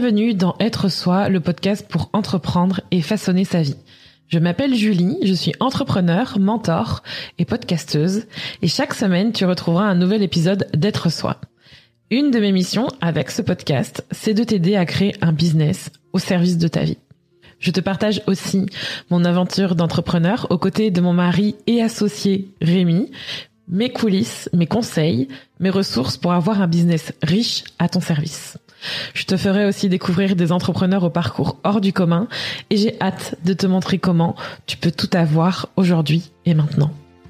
Bienvenue dans Être Soi, le podcast pour entreprendre et façonner sa vie. Je m'appelle Julie, je suis entrepreneur, mentor et podcasteuse et chaque semaine tu retrouveras un nouvel épisode d'Être Soi. Une de mes missions avec ce podcast, c'est de t'aider à créer un business au service de ta vie. Je te partage aussi mon aventure d'entrepreneur aux côtés de mon mari et associé Rémi, mes coulisses, mes conseils, mes ressources pour avoir un business riche à ton service. Je te ferai aussi découvrir des entrepreneurs au parcours hors du commun et j'ai hâte de te montrer comment tu peux tout avoir aujourd'hui et maintenant.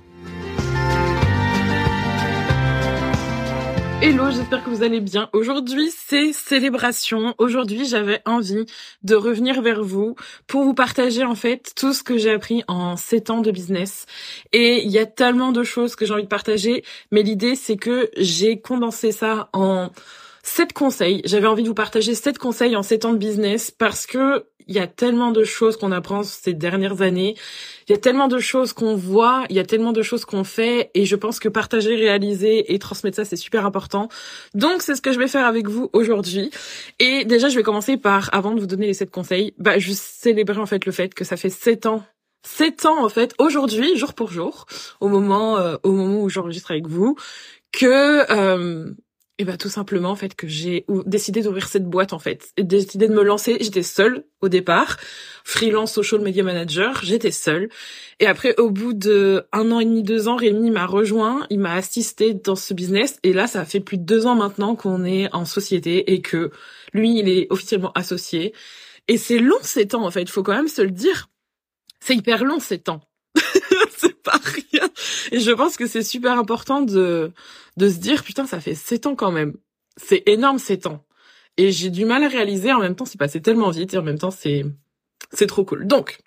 Hello, j'espère que vous allez bien. Aujourd'hui, c'est célébration. Aujourd'hui, j'avais envie de revenir vers vous pour vous partager en fait tout ce que j'ai appris en 7 ans de business. Et il y a tellement de choses que j'ai envie de partager, mais l'idée c'est que j'ai condensé ça en 7 conseils. J'avais envie de vous partager 7 conseils en 7 ans de business parce que il y a tellement de choses qu'on apprend ces dernières années. Il y a tellement de choses qu'on voit, il y a tellement de choses qu'on fait et je pense que partager, réaliser et transmettre ça, c'est super important. Donc, c'est ce que je vais faire avec vous aujourd'hui. Et déjà, je vais commencer par, avant de vous donner les 7 conseils, juste célébrer en fait le fait que ça fait 7 ans. 7 ans en fait, aujourd'hui, jour pour jour, au moment où j'enregistre avec vous, que tout simplement en fait que j'ai décidé d'ouvrir cette boîte en fait, et décidé de me lancer. J'étais seule au départ, freelance social media manager, j'étais seule. Et après au bout de 1 an et demi, 2 ans, Rémi m'a rejoint, il m'a assisté dans ce business et là ça fait plus de 2 ans maintenant qu'on est en société et que lui il est officiellement associé. Et c'est long 7 ans en fait, il faut quand même se le dire. C'est hyper long 7 ans. C'est pas rien. Et je pense que c'est super important de se dire, putain, ça fait 7 ans quand même. C'est énorme 7 ans. Et j'ai du mal à réaliser, en même temps, c'est passé tellement vite, et en même temps, c'est trop cool. Donc,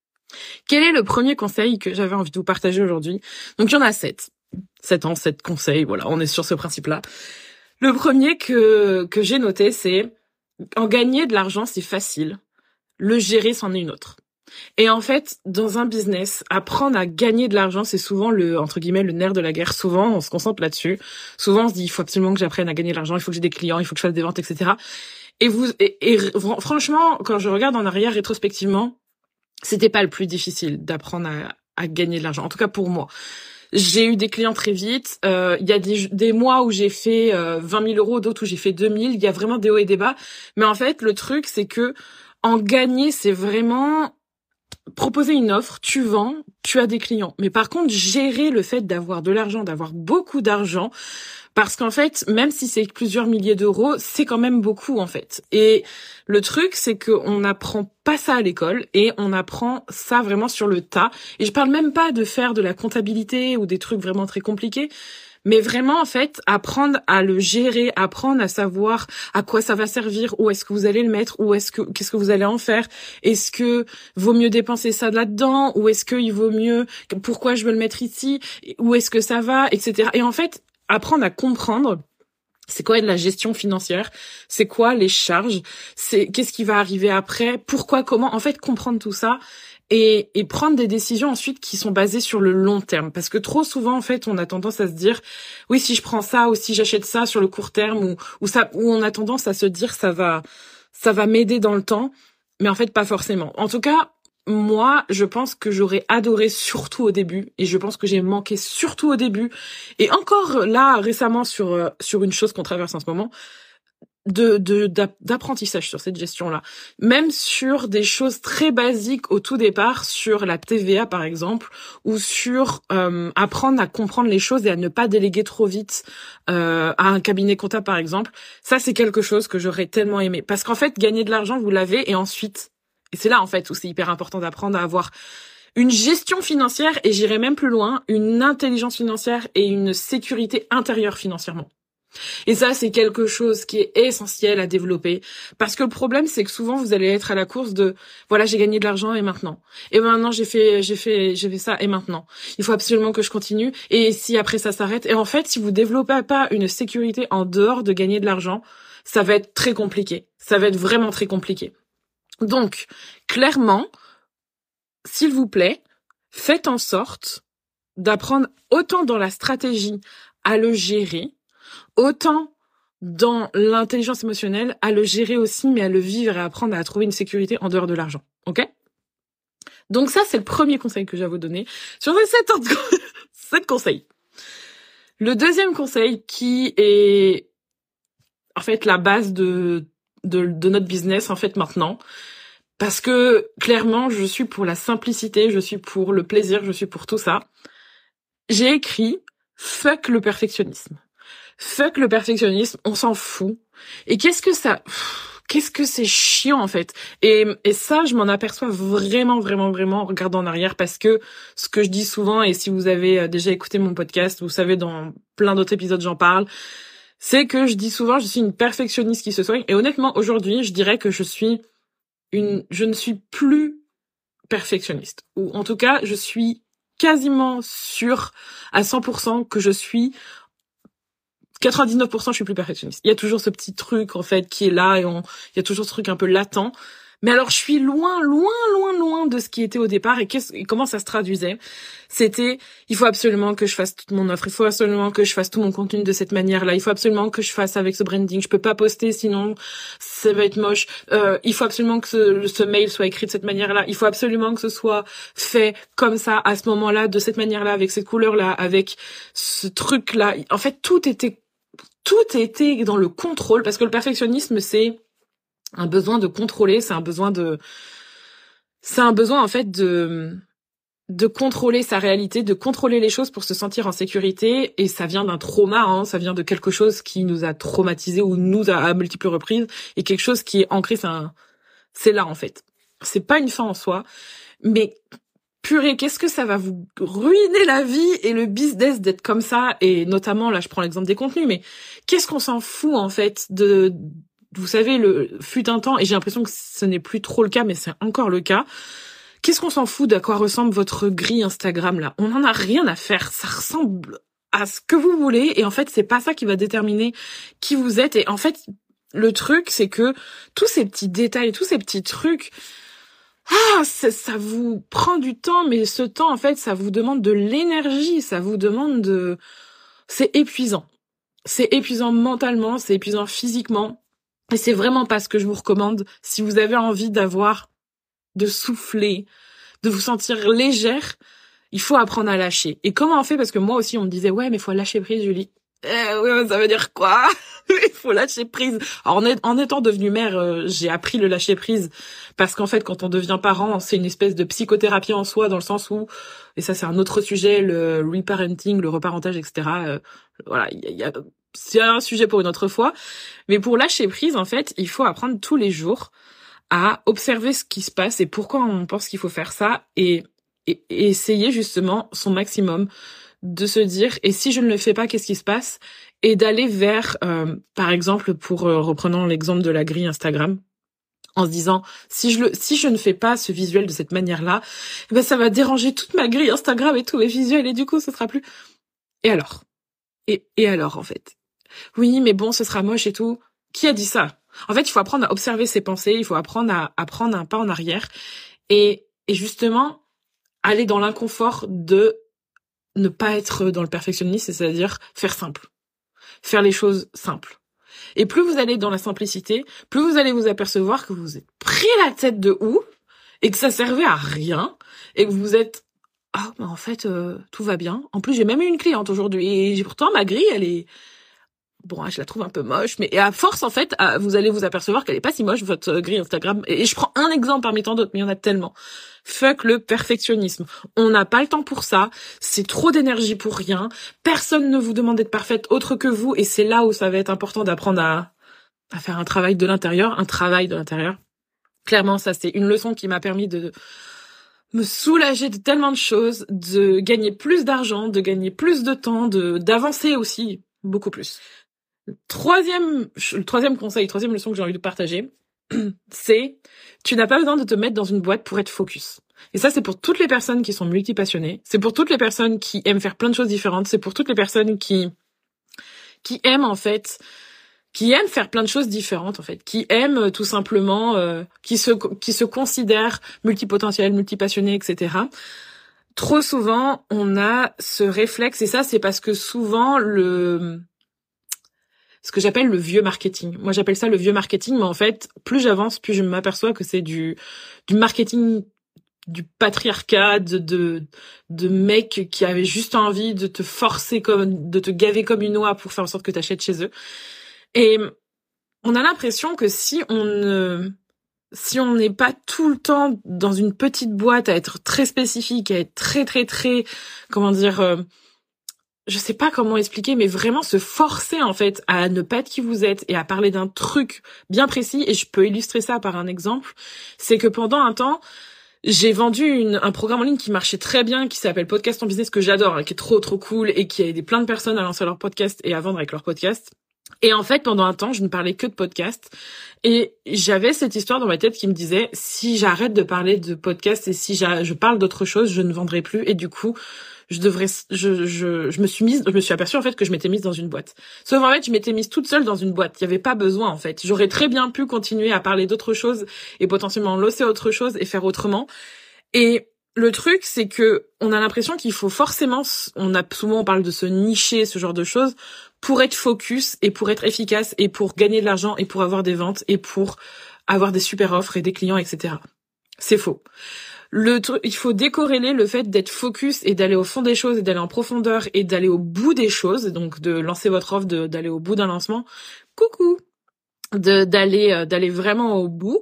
quel est le premier conseil que j'avais envie de vous partager aujourd'hui? Donc, il y en a 7. 7 ans, 7 conseils, voilà, on est sur ce principe-là. Le premier que j'ai noté, c'est, en gagner de l'argent, c'est facile. Le gérer, c'en est une autre. Et en fait, dans un business, apprendre à gagner de l'argent, c'est souvent entre guillemets, le nerf de la guerre. Souvent, on se concentre là-dessus. Souvent, on se dit, il faut absolument que j'apprenne à gagner de l'argent, il faut que j'ai des clients, il faut que je fasse des ventes, etc. Et franchement, quand je regarde en arrière rétrospectivement, c'était pas le plus difficile d'apprendre à gagner de l'argent. En tout cas, pour moi. J'ai eu des clients très vite. Il y a des mois où j'ai fait 20 000 euros, d'autres où j'ai fait 2 000. Il y a vraiment des hauts et des bas. Mais en fait, le truc, c'est que en gagner, c'est vraiment proposer une offre, tu vends, tu as des clients. Mais par contre, gérer le fait d'avoir de l'argent, d'avoir beaucoup d'argent, parce qu'en fait, même si c'est plusieurs milliers d'euros, c'est quand même beaucoup en fait. Et le truc, c'est qu'on n'apprend pas ça à l'école et on apprend ça vraiment sur le tas. Et je parle même pas de faire de la comptabilité ou des trucs vraiment très compliqués. Mais vraiment, en fait, apprendre à le gérer, apprendre à savoir à quoi ça va servir, où est-ce que vous allez le mettre, qu'est-ce que vous allez en faire, est-ce que vaut mieux dépenser ça là-dedans, ou est-ce qu'il vaut mieux, pourquoi je veux le mettre ici, où est-ce que ça va, etc. Et en fait, apprendre à comprendre c'est quoi de la gestion financière, c'est quoi les charges, qu'est-ce qui va arriver après, pourquoi, comment, en fait, comprendre tout ça. Et prendre des décisions ensuite qui sont basées sur le long terme. Parce que trop souvent, en fait, on a tendance à se dire, oui, si je prends ça ou si j'achète ça sur le court terme ou on a tendance à se dire, ça va m'aider dans le temps. Mais en fait, pas forcément. En tout cas, moi, je pense que j'aurais adoré surtout au début. Et je pense que j'ai manqué surtout au début. Et encore là, récemment, sur une chose qu'on traverse en ce moment, d'apprentissage sur cette gestion-là. Même sur des choses très basiques au tout départ, sur la TVA par exemple, ou sur apprendre à comprendre les choses et à ne pas déléguer trop vite à un cabinet comptable par exemple. Ça, c'est quelque chose que j'aurais tellement aimé. Parce qu'en fait, gagner de l'argent, vous l'avez, et ensuite, et c'est là en fait où c'est hyper important d'apprendre à avoir une gestion financière, et j'irai même plus loin, une intelligence financière et une sécurité intérieure financièrement. Et ça, c'est quelque chose qui est essentiel à développer. Parce que le problème, c'est que souvent, vous allez être à la course de, voilà, j'ai gagné de l'argent et maintenant. Et maintenant, j'ai fait ça et maintenant. Il faut absolument que je continue. Et si après ça s'arrête. Et en fait, si vous développez pas une sécurité en dehors de gagner de l'argent, ça va être très compliqué. Ça va être vraiment très compliqué. Donc, clairement, s'il vous plaît, faites en sorte d'apprendre autant dans la stratégie à le gérer, autant dans l'intelligence émotionnelle à le gérer aussi, mais à le vivre et à apprendre à trouver une sécurité en dehors de l'argent. Ok? Donc ça, c'est le premier conseil que j'ai à vous donner sur les 7 conseils. Le deuxième conseil qui est en fait la base de notre business en fait maintenant, parce que clairement je suis pour la simplicité, je suis pour le plaisir, je suis pour tout ça. J'ai écrit fuck le perfectionnisme. Fuck le perfectionnisme, on s'en fout. Et qu'est-ce que c'est chiant en fait. Et ça, je m'en aperçois vraiment en regardant en arrière, parce que ce que je dis souvent, et si vous avez déjà écouté mon podcast, vous savez, dans plein d'autres épisodes j'en parle, c'est que je dis souvent, je suis une perfectionniste qui se soigne. Et honnêtement, aujourd'hui, je dirais que je ne suis plus perfectionniste. Ou en tout cas, je suis quasiment sûre à 100% que je suis 99%, je suis plus perfectionniste. Il y a toujours ce petit truc, en fait, qui est là, il y a toujours ce truc un peu latent. Mais alors, je suis loin de ce qui était au départ, et comment ça se traduisait. C'était, il faut absolument que je fasse toute mon offre, il faut absolument que je fasse tout mon contenu de cette manière-là, il faut absolument que je fasse avec ce branding, je peux pas poster, sinon ça va être moche, il faut absolument que ce mail soit écrit de cette manière-là, il faut absolument que ce soit fait comme ça, à ce moment-là, de cette manière-là, avec cette couleur-là, avec ce truc-là. En fait, tout était dans le contrôle, parce que le perfectionnisme, c'est un besoin de contrôler, c'est un besoin en fait de contrôler sa réalité, de contrôler les choses pour se sentir en sécurité, et ça vient d'un trauma, ça vient de quelque chose qui nous a traumatisé ou nous a à multiples reprises, et quelque chose qui est ancré, c'est là en fait. C'est pas une fin en soi, mais purée, qu'est-ce que ça va vous ruiner la vie et le business d'être comme ça, et notamment, là je prends l'exemple des contenus, mais qu'est-ce qu'on s'en fout en fait vous savez, fut un temps, et j'ai l'impression que ce n'est plus trop le cas, mais c'est encore le cas. Qu'est-ce qu'on s'en fout d'à quoi ressemble votre grille Instagram là? On en a rien à faire, ça ressemble à ce que vous voulez, et en fait c'est pas ça qui va déterminer qui vous êtes. Et en fait, le truc c'est que tous ces petits détails, tous ces petits trucs, ça vous prend du temps, mais ce temps, en fait, ça vous demande de l'énergie, c'est épuisant. C'est épuisant mentalement, c'est épuisant physiquement. Et c'est vraiment pas ce que je vous recommande si vous avez envie de souffler, de vous sentir légère. Il faut apprendre à lâcher. Et comment on fait? Parce que moi aussi, on me disait, ouais, mais faut lâcher prise, Julie. Oui, mais ça veut dire quoi? Il faut lâcher prise. Alors, en étant devenue mère, j'ai appris le lâcher prise, parce qu'en fait, quand on devient parent, c'est une espèce de psychothérapie en soi, dans le sens où, et ça c'est un autre sujet, le reparenting, le reparentage, etc. Voilà, c'est un sujet pour une autre fois. Mais pour lâcher prise, en fait, il faut apprendre tous les jours à observer ce qui se passe et pourquoi on pense qu'il faut faire ça, et essayer justement son maximum de se dire, et si je ne le fais pas, qu'est-ce qui se passe? Et d'aller vers, par exemple, reprenant l'exemple de la grille Instagram, en se disant, si je ne fais pas ce visuel de cette manière-là, ben ça va déranger toute ma grille Instagram et tous mes visuels, et du coup, ce sera plus... Et alors? Et alors, en fait? Oui, mais bon, ce sera moche et tout. Qui a dit ça? En fait, il faut apprendre à observer ses pensées, il faut apprendre à prendre un pas en arrière, et justement, aller dans l'inconfort de ne pas être dans le perfectionnisme, c'est-à-dire faire simple. Faire les choses simples. Et plus vous allez dans la simplicité, plus vous allez vous apercevoir que vous êtes pris la tête de ouf, et que ça servait à rien, et que vous êtes, en fait, tout va bien. En plus, j'ai même eu une cliente aujourd'hui, et pourtant, ma grille, elle est... Bon, je la trouve un peu moche, mais à force, en fait, vous allez vous apercevoir qu'elle est pas si moche, votre grille Instagram. Et je prends un exemple parmi tant d'autres, mais il y en a tellement. Fuck le perfectionnisme. On n'a pas le temps pour ça. C'est trop d'énergie pour rien. Personne ne vous demande d'être parfaite autre que vous, et c'est là où ça va être important d'apprendre à faire un travail de l'intérieur. Clairement, ça, c'est une leçon qui m'a permis de me soulager de tellement de choses, de gagner plus d'argent, de gagner plus de temps, d'avancer aussi beaucoup plus. Le troisième leçon que j'ai envie de partager, c'est, tu n'as pas besoin de te mettre dans une boîte pour être focus. Et ça, c'est pour toutes les personnes qui sont multipassionnées, c'est pour toutes les personnes qui aiment faire plein de choses différentes, c'est pour toutes les personnes qui aiment, en fait, qui aiment faire plein de choses différentes, en fait, qui aiment tout simplement, qui se considèrent multipotentiels, multipassionnés, etc. Trop souvent, on a ce réflexe, et ça, c'est parce que souvent, ce que j'appelle le vieux marketing. Moi, j'appelle ça le vieux marketing, mais en fait, plus j'avance, plus je m'aperçois que c'est du marketing du patriarcat, de mecs qui avaient juste envie de te forcer de te gaver comme une oie pour faire en sorte que t'achètes chez eux. Et on a l'impression que si on n'est pas tout le temps dans une petite boîte à être très spécifique, à être très, très, très, comment dire, je sais pas comment expliquer, mais vraiment se forcer en fait à ne pas être qui vous êtes et à parler d'un truc bien précis. Et je peux illustrer ça par un exemple. C'est que pendant un temps, j'ai vendu un programme en ligne qui marchait très bien, qui s'appelle Podcast en Business, que j'adore, qui est trop trop cool et qui a aidé plein de personnes à lancer leur podcast et à vendre avec leur podcast. Et en fait, pendant un temps, je ne parlais que de podcast. Et j'avais cette histoire dans ma tête qui me disait, si j'arrête de parler de podcast et si je parle d'autre chose, je ne vendrai plus. Et du coup, je me suis aperçue en fait que je m'étais mise dans une boîte. Sauf en fait, je m'étais mise toute seule dans une boîte. Il y avait pas besoin en fait. J'aurais très bien pu continuer à parler d'autre chose et potentiellement lancer autre chose et faire autrement. Et le truc, c'est que on a l'impression qu'il faut forcément, souvent on parle de se nicher, ce genre de choses, pour être focus et pour être efficace et pour gagner de l'argent et pour avoir des ventes et pour avoir des super offres et des clients, etc. C'est faux. Il faut décorréler le fait d'être focus et d'aller au fond des choses et d'aller en profondeur et d'aller au bout des choses, donc de lancer votre offre, d'aller au bout d'un lancement. Coucou! D'aller vraiment au bout,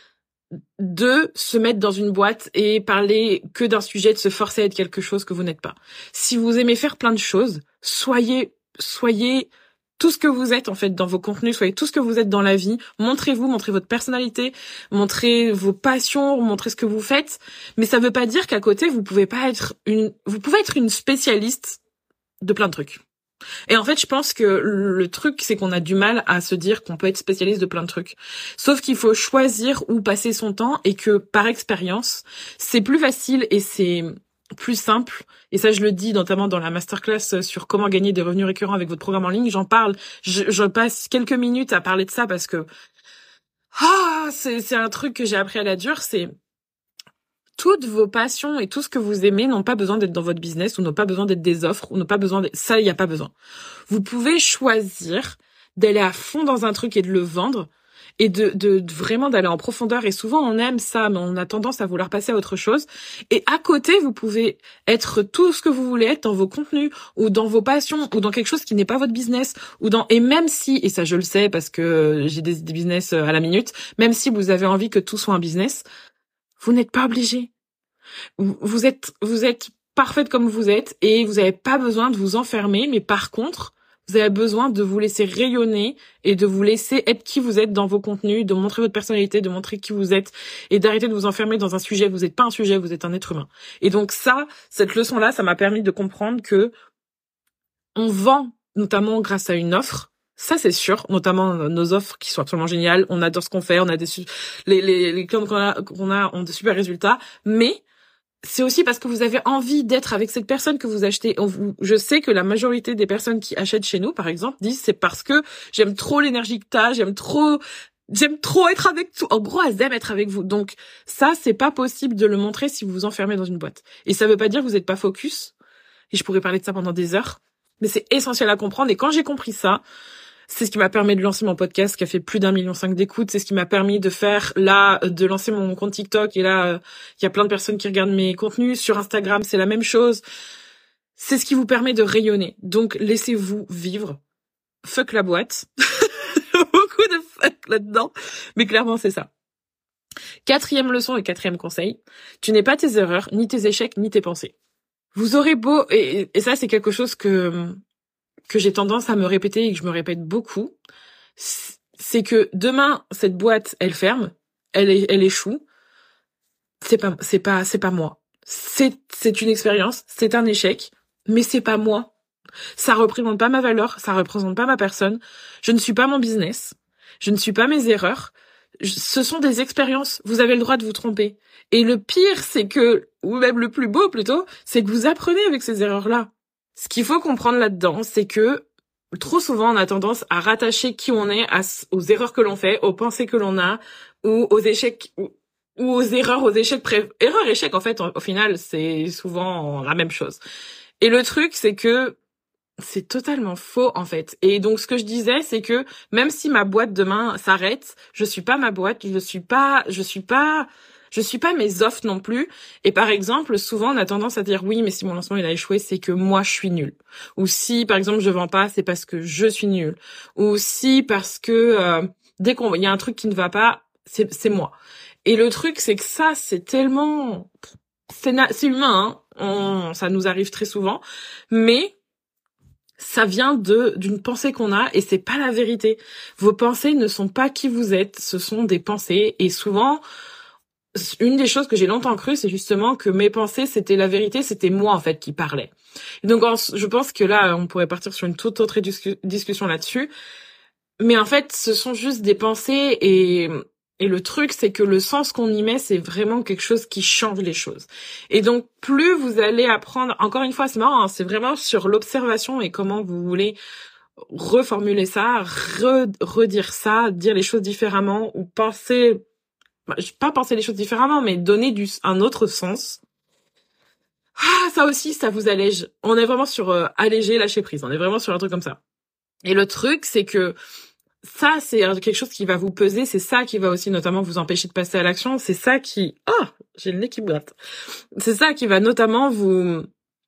de se mettre dans une boîte et parler que d'un sujet, de se forcer à être quelque chose que vous n'êtes pas. Si vous aimez faire plein de choses, soyez tout ce que vous êtes en fait dans vos contenus, soyez tout ce que vous êtes dans la vie, montrez-vous, montrez votre personnalité, montrez vos passions, montrez ce que vous faites, mais ça veut pas dire qu'à côté vous pouvez être une spécialiste de plein de trucs. Et en fait, je pense que le truc, c'est qu'on a du mal à se dire qu'on peut être spécialiste de plein de trucs. Sauf qu'il faut choisir où passer son temps et que par expérience, c'est plus facile et c'est plus simple. Et ça, je le dis notamment dans la masterclass sur comment gagner des revenus récurrents avec votre programme en ligne. J'en parle. Je passe quelques minutes à parler de ça parce que c'est un truc que j'ai appris à la dure. C'est toutes vos passions et tout ce que vous aimez n'ont pas besoin d'être dans votre business ou n'ont pas besoin d'être des offres ou n'ont pas besoin ça, il n'y a pas besoin. Vous pouvez choisir d'aller à fond dans un truc et de le vendre et de vraiment d'aller en profondeur. Et souvent, on aime ça, mais on a tendance à vouloir passer à autre chose. Et à côté, vous pouvez être tout ce que vous voulez être dans vos contenus ou dans vos passions ou dans quelque chose qui n'est pas votre business et même si, et ça je le sais parce que j'ai des business à la minute, même si vous avez envie que tout soit un business, vous n'êtes pas obligé. Vous êtes parfaite comme vous êtes et vous n'avez pas besoin de vous enfermer, mais par contre, vous avez besoin de vous laisser rayonner et de vous laisser être qui vous êtes dans vos contenus, de montrer votre personnalité, de montrer qui vous êtes et d'arrêter de vous enfermer dans un sujet. Vous n'êtes pas un sujet, vous êtes un être humain. Et donc cette leçon-là, ça m'a permis de comprendre que on vend notamment grâce à une offre. Ça, c'est sûr, notamment nos offres qui sont absolument géniales. On adore ce qu'on fait, on a les clients qu'on a ont de super résultats, mais c'est aussi parce que vous avez envie d'être avec cette personne que vous achetez. Je sais que la majorité des personnes qui achètent chez nous, par exemple, disent c'est parce que j'aime trop l'énergie que t'as, j'aime trop être avec toi. En gros, elles aiment être avec vous. Donc ça, c'est pas possible de le montrer si vous vous enfermez dans une boîte. Et ça veut pas dire que vous n'êtes pas focus. Et je pourrais parler de ça pendant des heures. Mais c'est essentiel à comprendre. Et quand j'ai compris ça, c'est ce qui m'a permis de lancer mon podcast qui a fait plus d'1,5 million d'écoutes. C'est ce qui m'a permis de lancer mon compte TikTok. Et là, il y a plein de personnes qui regardent mes contenus. Sur Instagram, c'est la même chose. C'est ce qui vous permet de rayonner. Donc, laissez-vous vivre. Fuck la boîte. Beaucoup de fuck là-dedans. Mais clairement, c'est ça. 4e leçon et 4e conseil. Tu n'es pas tes erreurs, ni tes échecs, ni tes pensées. Vous aurez beau, et ça, c'est quelque chose que j'ai tendance à me répéter et que je me répète beaucoup, c'est que demain, cette boîte, elle ferme, elle échoue. C'est pas moi. C'est une expérience, c'est un échec, mais c'est pas moi. Ça représente pas ma valeur, ça représente pas ma personne. Je ne suis pas mon business. Je ne suis pas mes erreurs. Ce sont des expériences. Vous avez le droit de vous tromper. Et le pire, ou même le plus beau plutôt, c'est que vous apprenez avec ces erreurs-là. Ce qu'il faut comprendre là-dedans, c'est que trop souvent, on a tendance à rattacher qui on est aux erreurs que l'on fait, aux pensées que l'on a, ou aux échecs, ou aux erreurs, aux échecs. Erreur, échec, en fait, au final, c'est souvent la même chose. Et le truc, c'est que c'est totalement faux, en fait. Et donc, ce que je disais, c'est que même si ma boîte demain s'arrête, je suis pas ma boîte, je suis pas mes offres non plus. Et par exemple, souvent, on a tendance à dire oui, mais si mon lancement il a échoué, c'est que moi, je suis nulle. Ou si, par exemple, je vends pas, c'est parce que je suis nulle. Ou si parce que, dès qu'il y a un truc qui ne va pas, c'est moi. Et le truc, c'est que ça, c'est tellement, c'est humain, hein. Ça nous arrive très souvent. Mais, ça vient d'une pensée qu'on a et c'est pas la vérité. Vos pensées ne sont pas qui vous êtes, ce sont des pensées et souvent une des choses que j'ai longtemps cru, c'est justement que mes pensées c'était la vérité, c'était moi en fait qui parlais. Et donc je pense que là on pourrait partir sur une toute autre discussion là-dessus. Mais en fait, ce sont juste des pensées et le truc, c'est que le sens qu'on y met, c'est vraiment quelque chose qui change les choses. Et donc, plus vous allez apprendre, encore une fois, c'est marrant, hein, c'est vraiment sur l'observation et comment vous voulez reformuler ça, redire ça, dire les choses différemment ou penser, pas penser les choses différemment, mais donner un autre sens. Ah, ça aussi, ça vous allège. On est vraiment sur alléger, lâcher prise. On est vraiment sur un truc comme ça. Et le truc, c'est que ça, c'est quelque chose qui va vous peser, c'est ça qui va aussi notamment vous empêcher de passer à l'action, c'est ça qui... Oh, j'ai le nez qui me gratte. C'est ça qui va notamment vous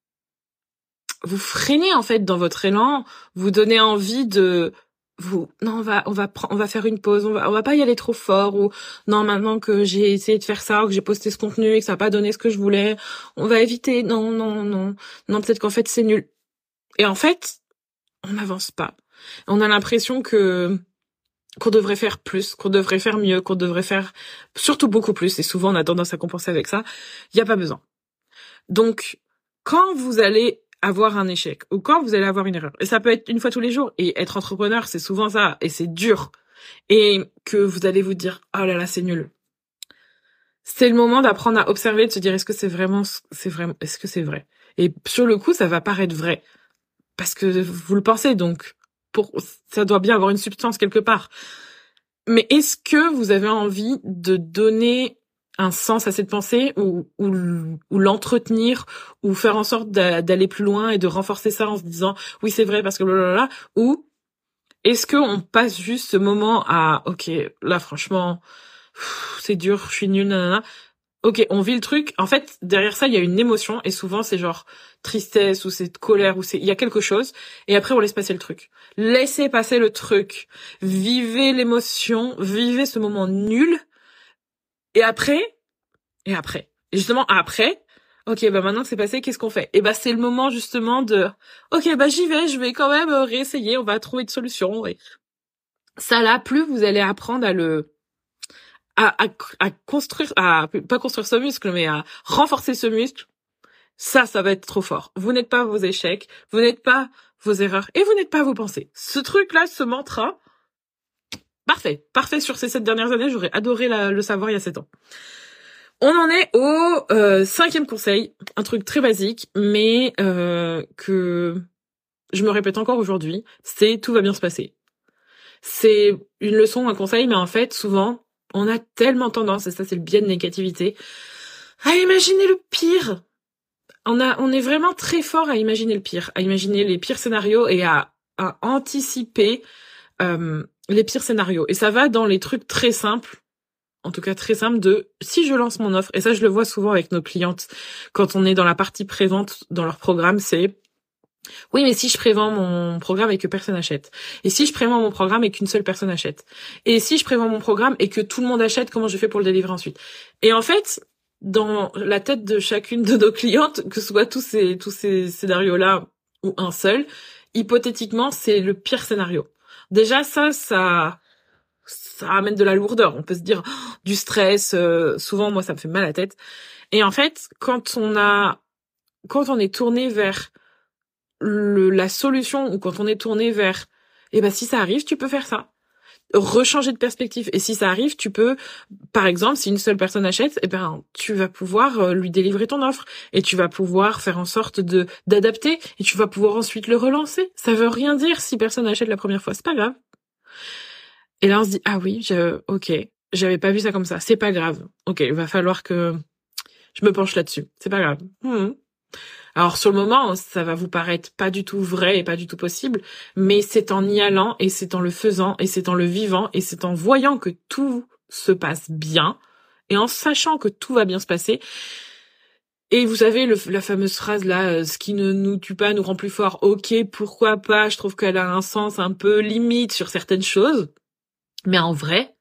freiner en fait dans votre élan, vous donner envie de... Non, on va faire une pause, on va pas y aller trop fort, ou non, maintenant que j'ai essayé de faire ça, ou que j'ai posté ce contenu et que ça a pas donné ce que je voulais, on va éviter, non, peut-être qu'en fait c'est nul. Et en fait, on n'avance pas. On a l'impression qu'on devrait faire plus, qu'on devrait faire mieux, qu'on devrait faire surtout beaucoup plus, et souvent on a tendance à compenser avec ça. Il n'y a pas besoin. Donc, quand vous allez avoir un échec, ou quand vous allez avoir une erreur, et ça peut être une fois tous les jours, et être entrepreneur, c'est souvent ça, et c'est dur, et que vous allez vous dire, oh là là, c'est nul. C'est le moment d'apprendre à observer, de se dire, est-ce que c'est vrai? Et sur le coup, ça va paraître vrai. Parce que vous le pensez, donc, ça doit bien avoir une substance quelque part. Mais est-ce que vous avez envie de donner un sens à cette pensée ou l'entretenir ou faire en sorte d'aller plus loin et de renforcer ça en se disant oui c'est vrai parce que blablabla, ou est-ce que on passe juste ce moment à ok là franchement c'est dur, je suis nulle, nanana. Ok, on vit le truc. En fait, derrière ça, il y a une émotion et souvent c'est genre tristesse ou c'est colère ou il y a quelque chose et après on laisse passer le truc. Laissez passer le truc. Vivez l'émotion, vivez ce moment nul et après, et justement après, ok, bah maintenant que c'est passé, qu'est-ce qu'on fait? Et bah c'est le moment justement de ok, bah j'y vais, je vais quand même réessayer, on va trouver une solution et ça là, plus vous allez apprendre à construire, pas construire ce muscle, mais à renforcer ce muscle, ça va être trop fort. Vous n'êtes pas vos échecs, vous n'êtes pas vos erreurs, et vous n'êtes pas vos pensées. Ce truc-là, ce mantra, parfait sur ces 7 dernières années, j'aurais adoré le savoir il y a 7 ans. On en est au 5e conseil, un truc très basique, mais que je me répète encore aujourd'hui, c'est tout va bien se passer. C'est une leçon, un conseil, mais en fait, souvent, on a tellement tendance, et ça c'est le biais de négativité, à imaginer le pire. On est vraiment très fort à imaginer le pire, à imaginer les pires scénarios et à anticiper les pires scénarios. Et ça va dans les trucs très simples, en tout cas très simples, de si je lance mon offre, et ça je le vois souvent avec nos clientes, quand on est dans la partie prévente dans leur programme, c'est oui, mais si je prévends mon programme et que personne achète. Et si je prévends mon programme et qu'une seule personne achète. Et si je prévends mon programme et que tout le monde achète, comment je fais pour le délivrer ensuite? Et en fait, dans la tête de chacune de nos clientes, que ce soit tous ces scénarios-là ou un seul, hypothétiquement, c'est le pire scénario. Déjà, ça amène de la lourdeur. On peut se dire du stress. Souvent, moi, ça me fait mal à la tête. Et en fait, quand on est tourné vers la solution ou quand on est tourné vers si ça arrive, tu peux faire ça. Rechanger de perspective. Et si ça arrive, tu peux, par exemple, si une seule personne achète, tu vas pouvoir lui délivrer ton offre et tu vas pouvoir faire en sorte d'adapter et tu vas pouvoir ensuite le relancer. Ça veut rien dire si personne achète la première fois, c'est pas grave. Et là, on se dit, ah oui, ok, j'avais pas vu ça comme ça, c'est pas grave. Ok, il va falloir que je me penche là-dessus, c'est pas grave. Alors sur le moment, ça va vous paraître pas du tout vrai et pas du tout possible, mais c'est en y allant et c'est en le faisant et c'est en le vivant et c'est en voyant que tout se passe bien et en sachant que tout va bien se passer. Et vous savez, la fameuse phrase là, ce qui ne nous tue pas nous rend plus fort. Ok, pourquoi pas, je trouve qu'elle a un sens un peu limite sur certaines choses. Mais en vrai,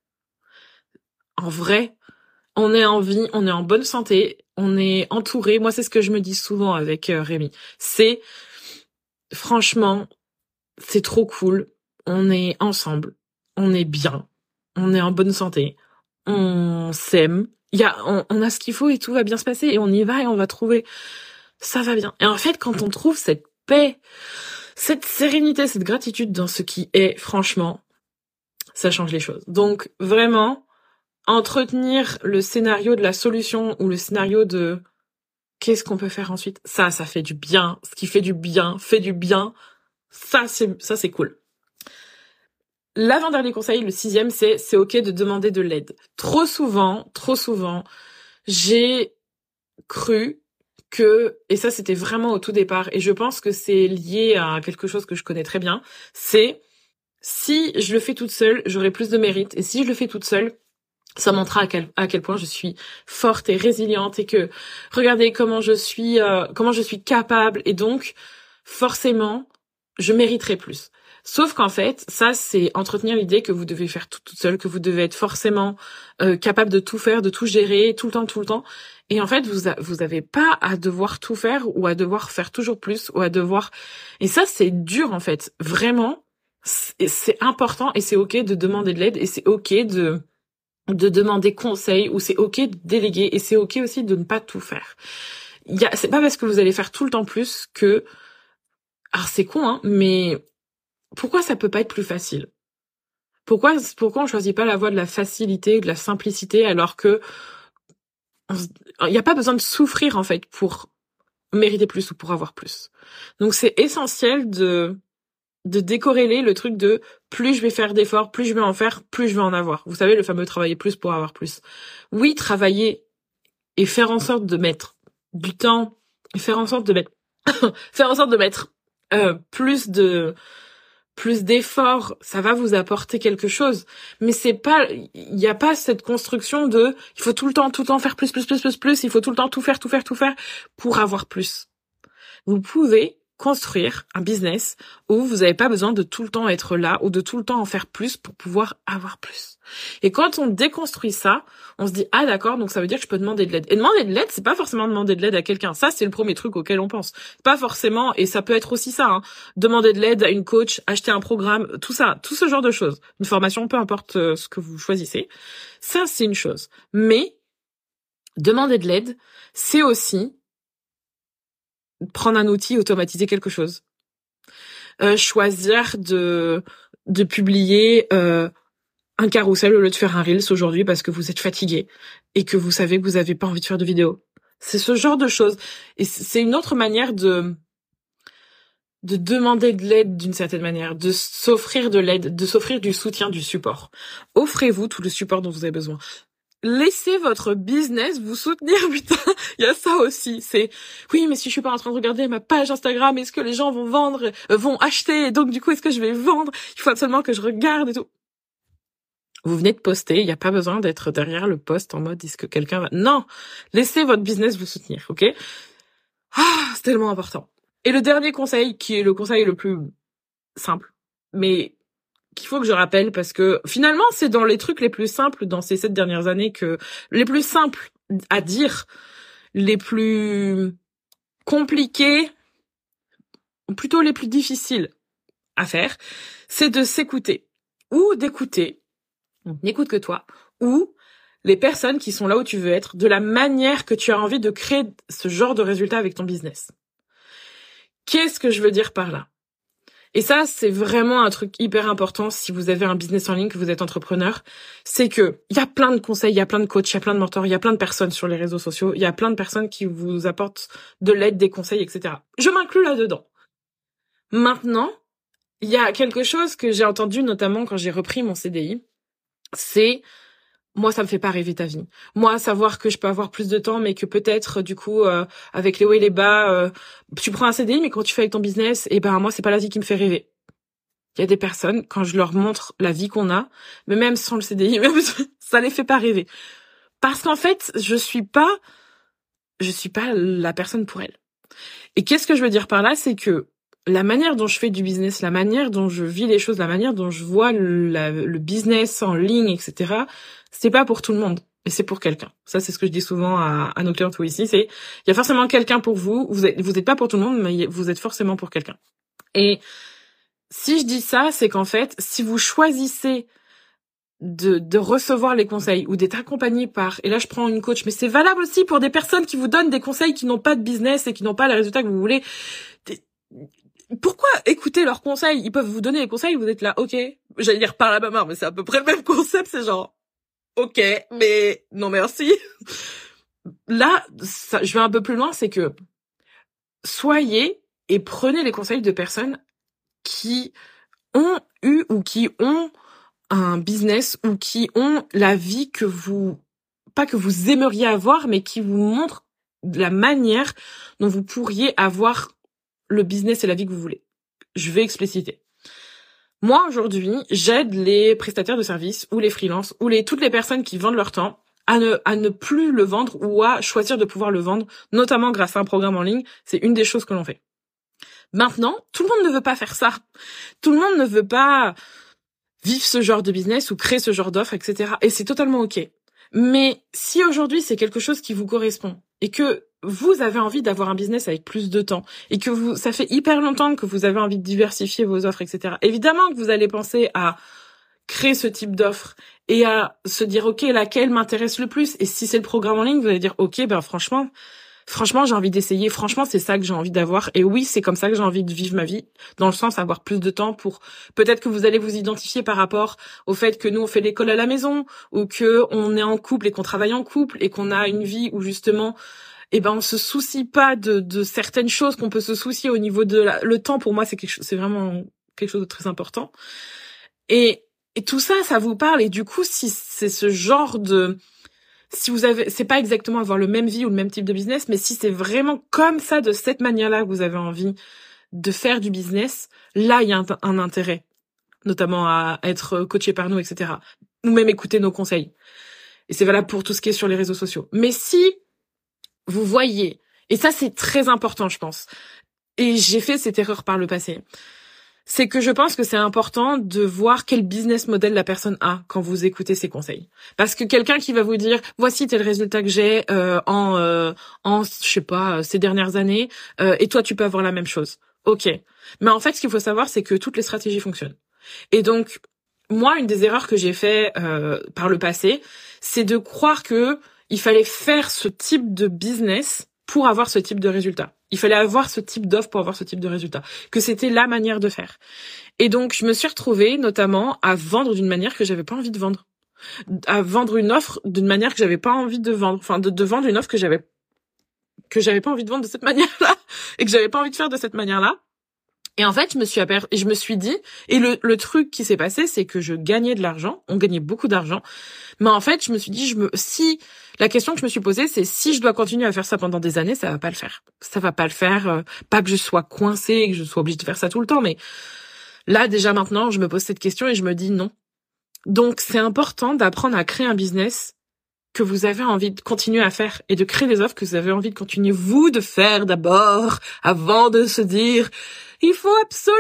on est en vie, on est en bonne santé, on est entouré. Moi, c'est ce que je me dis souvent avec Rémi. C'est, franchement, c'est trop cool. On est ensemble, on est bien, on est en bonne santé, on s'aime. On a ce qu'il faut et tout va bien se passer et on y va et on va trouver. Ça va bien. Et en fait, quand on trouve cette paix, cette sérénité, cette gratitude dans ce qui est, franchement, ça change les choses. Donc, vraiment, entretenir le scénario de la solution ou le scénario de qu'est-ce qu'on peut faire ensuite, ça fait du bien. Ce qui fait du bien, fait du bien. Ça, c'est cool. L'avant-dernier conseil, le 6e, c'est ok de demander de l'aide. Trop souvent, j'ai cru que, et ça c'était vraiment au tout départ, et je pense que c'est lié à quelque chose que je connais très bien, c'est si je le fais toute seule, j'aurai plus de mérite, et si je le fais toute seule, ça montrera à quel point je suis forte et résiliente, et que regardez comment je suis capable, et donc forcément je mériterai plus. Sauf qu'en fait, ça c'est entretenir l'idée que vous devez faire tout toute seule, que vous devez être forcément capable de tout faire, de tout gérer tout le temps. Et en fait, vous avez pas à devoir tout faire ou à devoir faire toujours plus ou à devoir. Et ça c'est dur en fait. Vraiment, c'est important et c'est ok de demander de l'aide et c'est ok de demander conseil ou c'est ok de déléguer et c'est ok aussi de ne pas tout faire. C'est pas parce que vous allez faire tout le temps plus que. Alors c'est con hein, mais pourquoi ça peut pas être plus facile? Pourquoi on choisit pas la voie de la facilité, de la simplicité, alors que il n'y a pas besoin de souffrir en fait pour mériter plus ou pour avoir plus. Donc c'est essentiel de décorréler le truc de plus je vais faire d'efforts, plus je vais en faire, plus je vais en avoir. Vous savez le fameux travailler plus pour avoir plus. Oui, travailler et faire en sorte de mettre du temps, faire en sorte de mettre plus d'efforts, ça va vous apporter quelque chose. Mais c'est pas, il n'y a pas cette construction de, il faut tout le temps faire plus, il faut tout le temps tout faire pour avoir plus. Vous pouvez construire un business où vous n'avez pas besoin de tout le temps être là ou de tout le temps en faire plus pour pouvoir avoir plus. Et quand on déconstruit ça, on se dit ah d'accord, donc ça veut dire que je peux demander de l'aide. Et demander de l'aide, c'est pas forcément demander de l'aide à quelqu'un. Ça c'est le premier truc auquel on pense. Pas forcément, et ça peut être aussi ça, hein, demander de l'aide à une coach, acheter un programme, tout ça, tout ce genre de choses. Une formation, peu importe ce que vous choisissez. Ça c'est une chose. Mais demander de l'aide, c'est aussi prendre un outil, automatiser quelque chose. Choisir de publier un carrousel au lieu de faire un Reels aujourd'hui parce que vous êtes fatigué et que vous savez que vous avez pas envie de faire de vidéo. C'est ce genre de choses. Et c'est une autre manière de demander de l'aide d'une certaine manière, de s'offrir de l'aide, de s'offrir du soutien, du support. Offrez-vous tout le support dont vous avez besoin. Laissez votre business vous soutenir, putain. Il y a ça aussi. C'est, oui, mais si je suis pas en train de regarder ma page Instagram, est-ce que les gens vont vendre, vont acheter, et donc du coup, est-ce que je vais vendre? Il faut absolument que je regarde et tout. Vous venez de poster, il n'y a pas besoin d'être derrière le post en mode, est-ce que quelqu'un va... Non! Laissez votre business vous soutenir, ok? Ah, c'est tellement important. Et le dernier conseil, qui est le conseil le plus simple, mais qu'il faut que je rappelle parce que finalement c'est dans les trucs les plus simples dans ces 7 dernières années que les plus simples à dire, les plus compliqués, ou plutôt les plus difficiles à faire, c'est de s'écouter ou d'écouter, n'écoute que toi, ou les personnes qui sont là où tu veux être, de la manière que tu as envie de créer ce genre de résultat avec ton business. Qu'est-ce que je veux dire par là? Et ça, c'est vraiment un truc hyper important si vous avez un business en ligne, que vous êtes entrepreneur. C'est que il y a plein de conseils, il y a plein de coachs, il y a plein de mentors, il y a plein de personnes sur les réseaux sociaux, il y a plein de personnes qui vous apportent de l'aide, des conseils, etc. Je m'inclus là-dedans. Maintenant, il y a quelque chose que j'ai entendu notamment quand j'ai repris mon CDI, c'est moi, ça me fait pas rêver ta vie. Moi, savoir que je peux avoir plus de temps, mais que peut-être, du coup, avec les hauts et les bas, tu prends un CDI, mais quand tu fais avec ton business, moi, c'est pas la vie qui me fait rêver. Il y a des personnes, quand je leur montre la vie qu'on a, mais même sans le CDI, même, ça les fait pas rêver. Parce qu'en fait, je suis pas la personne pour elles. Et qu'est-ce que je veux dire par là? C'est que la manière dont je fais du business, la manière dont je vis les choses, la manière dont je vois le business en ligne, etc., c'est pas pour tout le monde. Et c'est pour quelqu'un. Ça, c'est ce que je dis souvent à nos clients ici. Il y a forcément quelqu'un pour vous. Vous êtes pas pour tout le monde, mais vous êtes forcément pour quelqu'un. Et si je dis ça, c'est qu'en fait, si vous choisissez de recevoir les conseils ou d'être accompagné et là je prends une coach, mais c'est valable aussi pour des personnes qui vous donnent des conseils qui n'ont pas de business et qui n'ont pas les résultats que vous voulez. Pourquoi écouter leurs conseils? Ils peuvent vous donner les conseils, vous êtes là, ok, j'allais dire par la main, mais c'est à peu près le même concept, c'est genre, ok, mais non merci. Là, je vais un peu plus loin, c'est que soyez et prenez les conseils de personnes qui ont eu ou qui ont un business ou qui ont la vie pas que vous aimeriez avoir, mais qui vous montrent la manière dont vous pourriez avoir le business et la vie que vous voulez. Je vais expliciter. Moi, aujourd'hui, j'aide les prestataires de services ou les freelances ou toutes les personnes qui vendent leur temps à ne plus le vendre ou à choisir de pouvoir le vendre, notamment grâce à un programme en ligne. C'est une des choses que l'on fait. Maintenant, tout le monde ne veut pas faire ça. Tout le monde ne veut pas vivre ce genre de business ou créer ce genre d'offre, etc. Et c'est totalement ok. Mais si aujourd'hui c'est quelque chose qui vous correspond et que vous avez envie d'avoir un business avec plus de temps et que ça fait hyper longtemps que vous avez envie de diversifier vos offres, etc. Évidemment que vous allez penser à créer ce type d'offre et à se dire ok, laquelle m'intéresse le plus. Et si c'est le programme en ligne, vous allez dire ok, franchement, j'ai envie d'essayer. Franchement, c'est ça que j'ai envie d'avoir. Et oui, c'est comme ça que j'ai envie de vivre ma vie, dans le sens avoir plus de temps pour peut-être que vous allez vous identifier par rapport au fait que nous on fait l'école à la maison ou que on est en couple et qu'on travaille en couple et qu'on a une vie où justement on se soucie pas de certaines choses qu'on peut se soucier au niveau de le temps. Pour moi, c'est vraiment quelque chose de très important. Et tout ça, ça vous parle. Et du coup, si c'est ce genre c'est pas exactement avoir le même vie ou le même type de business, mais si c'est vraiment comme ça, de cette manière-là, que vous avez envie de faire du business, là, il y a un intérêt, notamment à être coaché par nous, etc. Ou même écouter nos conseils. Et c'est valable pour tout ce qui est sur les réseaux sociaux. Mais si vous voyez, et ça, c'est très important, je pense, et j'ai fait cette erreur par le passé, c'est que je pense que c'est important de voir quel business model la personne a quand vous écoutez ses conseils. Parce que quelqu'un qui va vous dire voici tel résultat que j'ai en je sais pas ces dernières années et toi tu peux avoir la même chose. OK. Mais en fait ce qu'il faut savoir c'est que toutes les stratégies fonctionnent. Et donc moi une des erreurs que j'ai fait par le passé, c'est de croire que il fallait faire ce type de business pour avoir ce type de résultat. Il fallait avoir ce type d'offre pour avoir ce type de résultat. Que c'était la manière de faire. Et donc, je me suis retrouvée, notamment, à vendre d'une manière que j'avais pas envie de vendre. À vendre une offre d'une manière que j'avais pas envie de vendre. Enfin, de vendre une offre que j'avais pas envie de vendre de cette manière-là. Et que j'avais pas envie de faire de cette manière-là. Et en fait, je me suis dit, et le truc qui s'est passé, c'est que je gagnais de l'argent, on gagnait beaucoup d'argent, mais en fait, je me suis dit, la question que je me suis posée, c'est si je dois continuer à faire ça pendant des années, ça va pas le faire. Ça va pas le faire, pas que je sois coincée, que je sois obligée de faire ça tout le temps, mais là, déjà maintenant, je me pose cette question et je me dis non. Donc, c'est important d'apprendre à créer un business que vous avez envie de continuer à faire et de créer des offres que vous avez envie de continuer, vous, de faire d'abord, avant de se dire il faut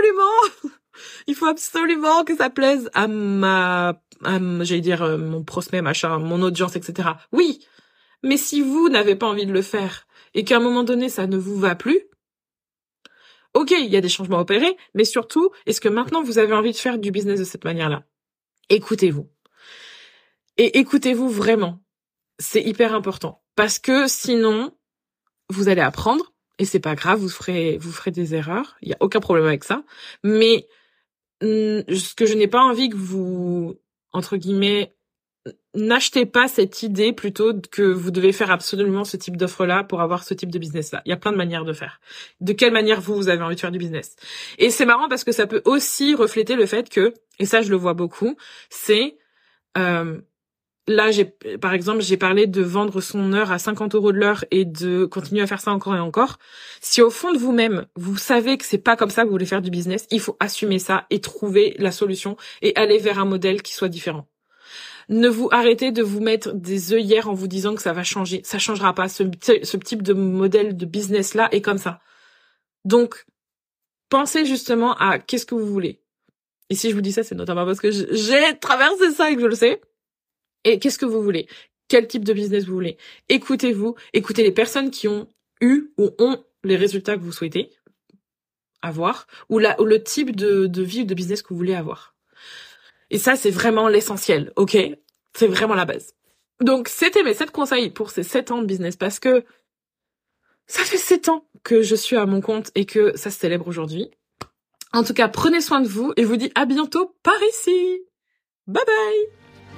absolument que ça plaise à j'allais dire, mon prospect, machin, mon audience, etc. Oui, mais si vous n'avez pas envie de le faire et qu'à un moment donné, ça ne vous va plus, ok, il y a des changements à opérer, mais surtout, est-ce que maintenant vous avez envie de faire du business de cette manière-là? Écoutez-vous. Et écoutez-vous vraiment. C'est hyper important. Parce que sinon, vous allez apprendre, et c'est pas grave, vous ferez des erreurs, il y a aucun problème avec ça, mais ce que je n'ai pas envie que vous, entre guillemets, n'achetez pas cette idée plutôt que vous devez faire absolument ce type d'offre-là pour avoir ce type de business-là. Il y a plein de manières de faire. De quelle manière vous avez envie de faire du business. Et c'est marrant parce que ça peut aussi refléter le fait que, et ça je le vois beaucoup, c'est Là, par exemple, j'ai parlé de vendre son heure à 50 € de l'heure et de continuer à faire ça encore et encore. Si au fond de vous-même, vous savez que c'est pas comme ça que vous voulez faire du business, il faut assumer ça et trouver la solution et aller vers un modèle qui soit différent. Ne vous arrêtez de vous mettre des œillères en vous disant que ça va changer. Ça changera pas. Ce type de modèle de business là est comme ça. Donc, pensez justement à qu'est-ce que vous voulez. Et si je vous dis ça, c'est notamment parce que j'ai traversé ça et que je le sais. Et qu'est-ce que vous voulez? Quel type de business vous voulez? Écoutez-vous, écoutez les personnes qui ont eu ou ont les résultats que vous souhaitez avoir, ou le type de vie ou de business que vous voulez avoir. Et ça, c'est vraiment l'essentiel, ok? C'est vraiment la base. Donc, c'était mes 7 conseils pour ces 7 ans de business, parce que ça fait 7 ans que je suis à mon compte et que ça se célèbre aujourd'hui. En tout cas, prenez soin de vous et je vous dis à bientôt par ici. Bye bye!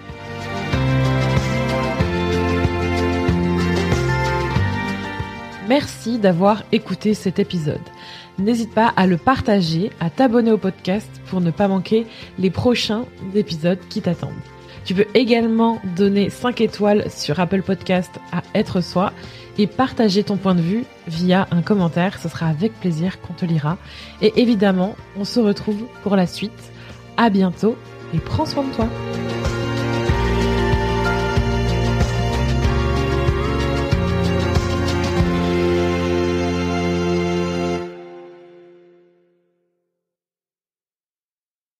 Merci d'avoir écouté cet épisode. N'hésite pas à le partager, à t'abonner au podcast pour ne pas manquer les prochains épisodes qui t'attendent. Tu peux également donner 5 étoiles sur Apple Podcast à Être Soi et partager ton point de vue via un commentaire. Ce sera avec plaisir qu'on te lira. Et évidemment, on se retrouve pour la suite. À bientôt et prends soin de toi.